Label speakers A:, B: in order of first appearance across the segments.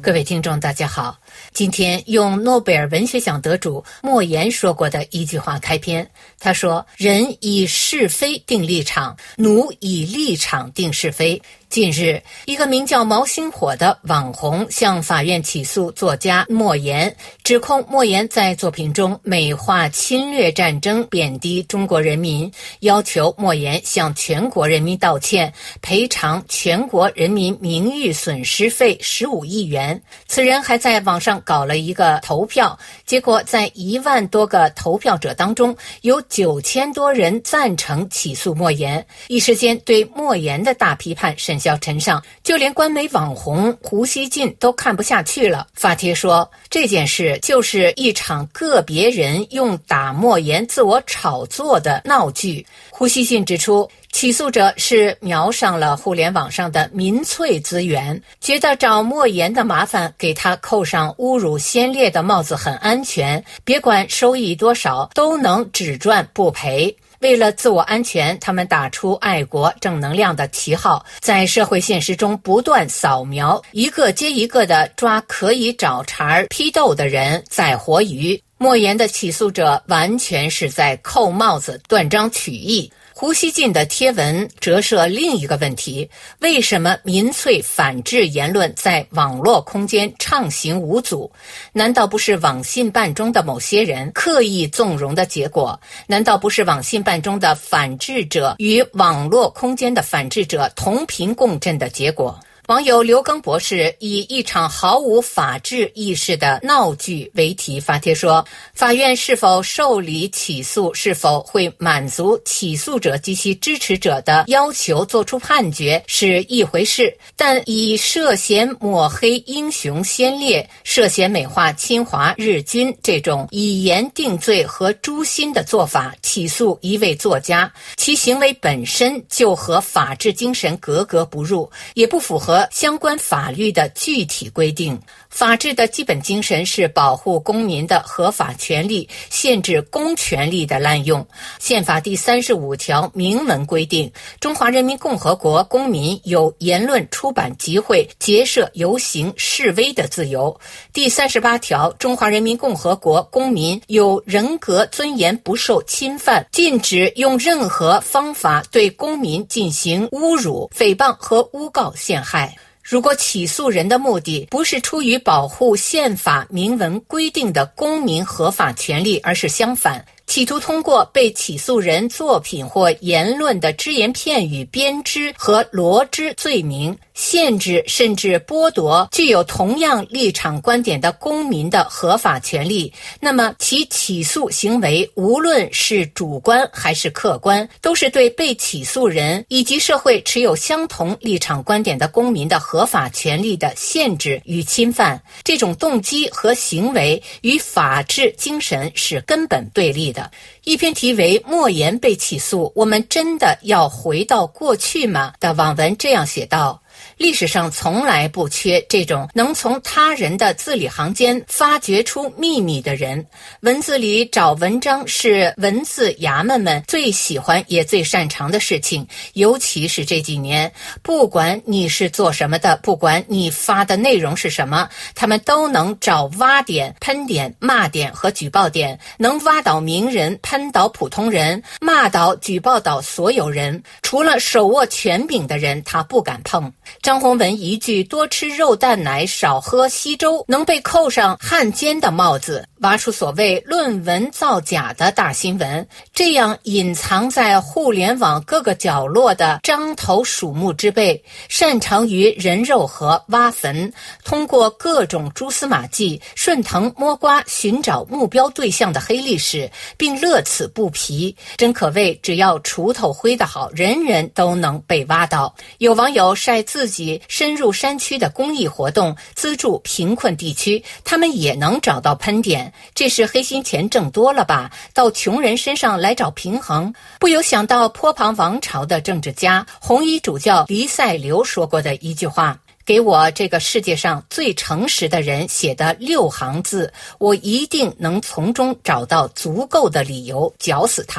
A: 各位听众大家好，今天用诺贝尔文学奖得主莫言说过的一句话开篇。他说，人以是非定立场，奴以立场定是非。近日，一个名叫毛星火的网红向法院起诉作家莫言，指控莫言在作品中美化侵略战争，贬低中国人民，要求莫言向全国人民道歉，赔偿全国人民名誉损失费15亿元。此人还在网上搞了一个投票，结果在1万多个投票者当中，有9000多人赞成起诉莫言。一时间对莫言的大批判甚嚣尘上，就连官媒网红胡锡进都看不下去了，发帖说这件事就是一场个别人用打莫言自我炒作的闹剧。胡锡进指出，起诉者是瞄上了互联网上的民粹资源，觉得找莫言的麻烦，给他扣上侮辱先烈的帽子很安全，别管收益多少，都能只赚不赔。为了自我安全，他们打出爱国正能量的旗号，在社会现实中不断扫描，一个接一个的抓可以找茬批斗的人宰活鱼。莫言的起诉者完全是在扣帽子，断章取义。胡锡进的贴文折射另一个问题，为什么民粹反制言论在网络空间畅行无阻？难道不是网信办中的某些人刻意纵容的结果？难道不是网信办中的反制者与网络空间的反制者同频共振的结果？网友刘庚博士以一场毫无法治意识的闹剧为题发帖说，法院是否受理起诉，是否会满足起诉者及其支持者的要求做出判决是一回事，但以涉嫌抹黑英雄先烈，涉嫌美化侵华日军这种以言定罪和诛心的做法起诉一位作家，其行为本身就和法治精神格格不入，也不符合相关法律的具体规定。法治的基本精神是保护公民的合法权利，限制公权力的滥用。宪法第35条明文规定，中华人民共和国公民有言论、出版、集会、结社、游行、示威的自由。第38条，中华人民共和国公民有人格尊严不受侵犯，禁止用任何方法对公民进行侮辱、诽谤和诬告陷害。如果起诉人的目的不是出于保护宪法明文规定的公民合法权利，而是相反，企图通过被起诉人作品或言论的只言片语编织和罗织罪名，限制甚至剥夺具有同样立场观点的公民的合法权利，那么其起诉行为无论是主观还是客观，都是对被起诉人以及社会持有相同立场观点的公民的合法权利的限制与侵犯。这种动机和行为与法治精神是根本对立的。一篇题为莫言被起诉，我们真的要回到过去吗的网文这样写道，历史上从来不缺这种能从他人的字里行间发掘出秘密的人。文字里找文章是文字衙门们最喜欢也最擅长的事情，尤其是这几年，不管你是做什么的，不管你发的内容是什么，他们都能找挖点、喷点、骂点和举报点，能挖倒名人，喷倒普通人，骂倒、举报倒所有人，除了手握权柄的人，他不敢碰。张宏文一句多吃肉蛋奶少喝稀粥能被扣上汉奸的帽子，挖出所谓论文造假的大新闻，这样隐藏在互联网各个角落的獐头鼠目之辈，擅长于人肉和挖坟，通过各种蛛丝马迹顺藤摸瓜寻找目标对象的黑历史，并乐此不疲，真可谓只要锄头挥得好，人人都能被挖到。有网友晒自己深入山区的公益活动，资助贫困地区，他们也能找到喷点，这是黑心钱挣多了吧，到穷人身上来找平衡。不由想到坡旁王朝的政治家红衣主教黎塞留说过的一句话，给我这个世界上最诚实的人写的6行字，我一定能从中找到足够的理由绞死他。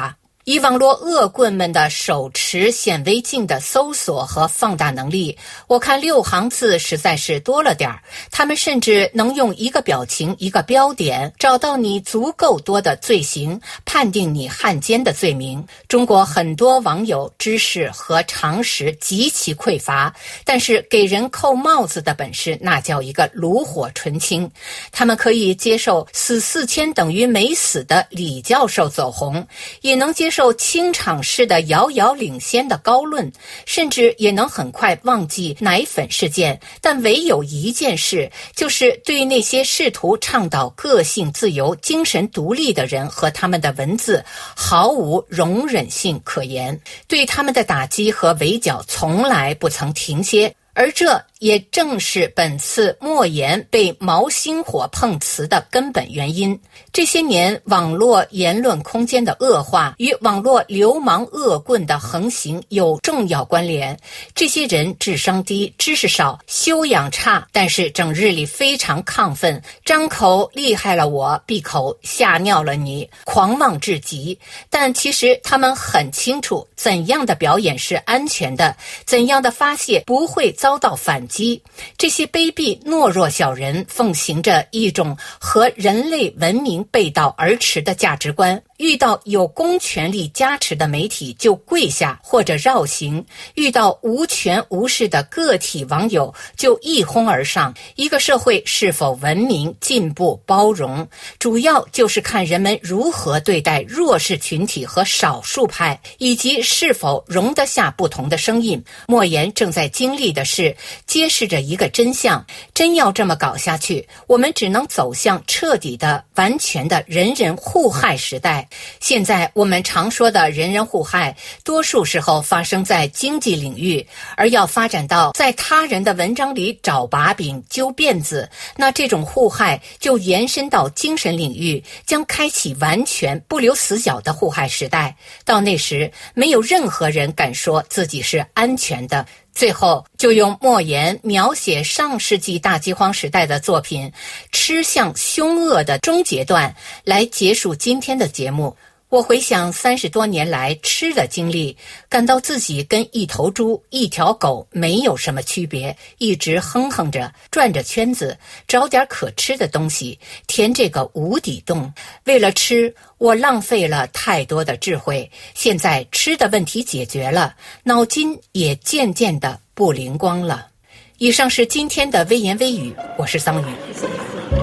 A: 以网络恶棍们的手持显微镜的搜索和放大能力，我看6行字实在是多了点儿。他们甚至能用一个表情、一个标点找到你足够多的罪行，判定你汉奸的罪名。中国很多网友知识和常识极其匮乏，但是给人扣帽子的本事那叫一个炉火纯青。他们可以接受死4000等于没死的李教授走红，也能接受清场式的遥遥领先的高论，甚至也能很快忘记奶粉事件。但唯有一件事，就是对那些试图倡导个性自由、精神独立的人和他们的文字毫无容忍性可言，对他们的打击和围剿从来不曾停歇。而这也正是本次莫言被毛星火碰瓷的根本原因。这些年网络言论空间的恶化与网络流氓恶棍的横行有重要关联。这些人智商低、知识少、修养差，但是整日里非常亢奋，张口厉害了我，闭口吓尿了你，狂妄至极。但其实他们很清楚怎样的表演是安全的，怎样的发泄不会遭到反击。这些卑鄙懦弱小人奉行着一种和人类文明背道而驰的价值观，遇到有公权力加持的媒体就跪下或者绕行，遇到无权无势的个体网友就一哄而上。一个社会是否文明、进步、包容，主要就是看人们如何对待弱势群体和少数派，以及是否容得下不同的声音。莫言正在经历的是揭示着一个真相，真要这么搞下去，我们只能走向彻底的、完全的人人互害时代。现在我们常说的人人互害，多数时候发生在经济领域，而要发展到在他人的文章里找把柄、揪辫子，那这种互害就延伸到精神领域，将开启完全不留死角的互害时代。到那时，没有任何人敢说自己是安全的。最后就用莫言描写上世纪大饥荒时代的作品《吃相凶恶的终结段》来结束今天的节目。我回想30多年来吃的经历，感到自己跟一头猪、一条狗没有什么区别，一直哼哼着，转着圈子，找点可吃的东西，填这个无底洞。为了吃，我浪费了太多的智慧，现在吃的问题解决了，脑筋也渐渐的不灵光了。以上是今天的微言微语，我是桑榆。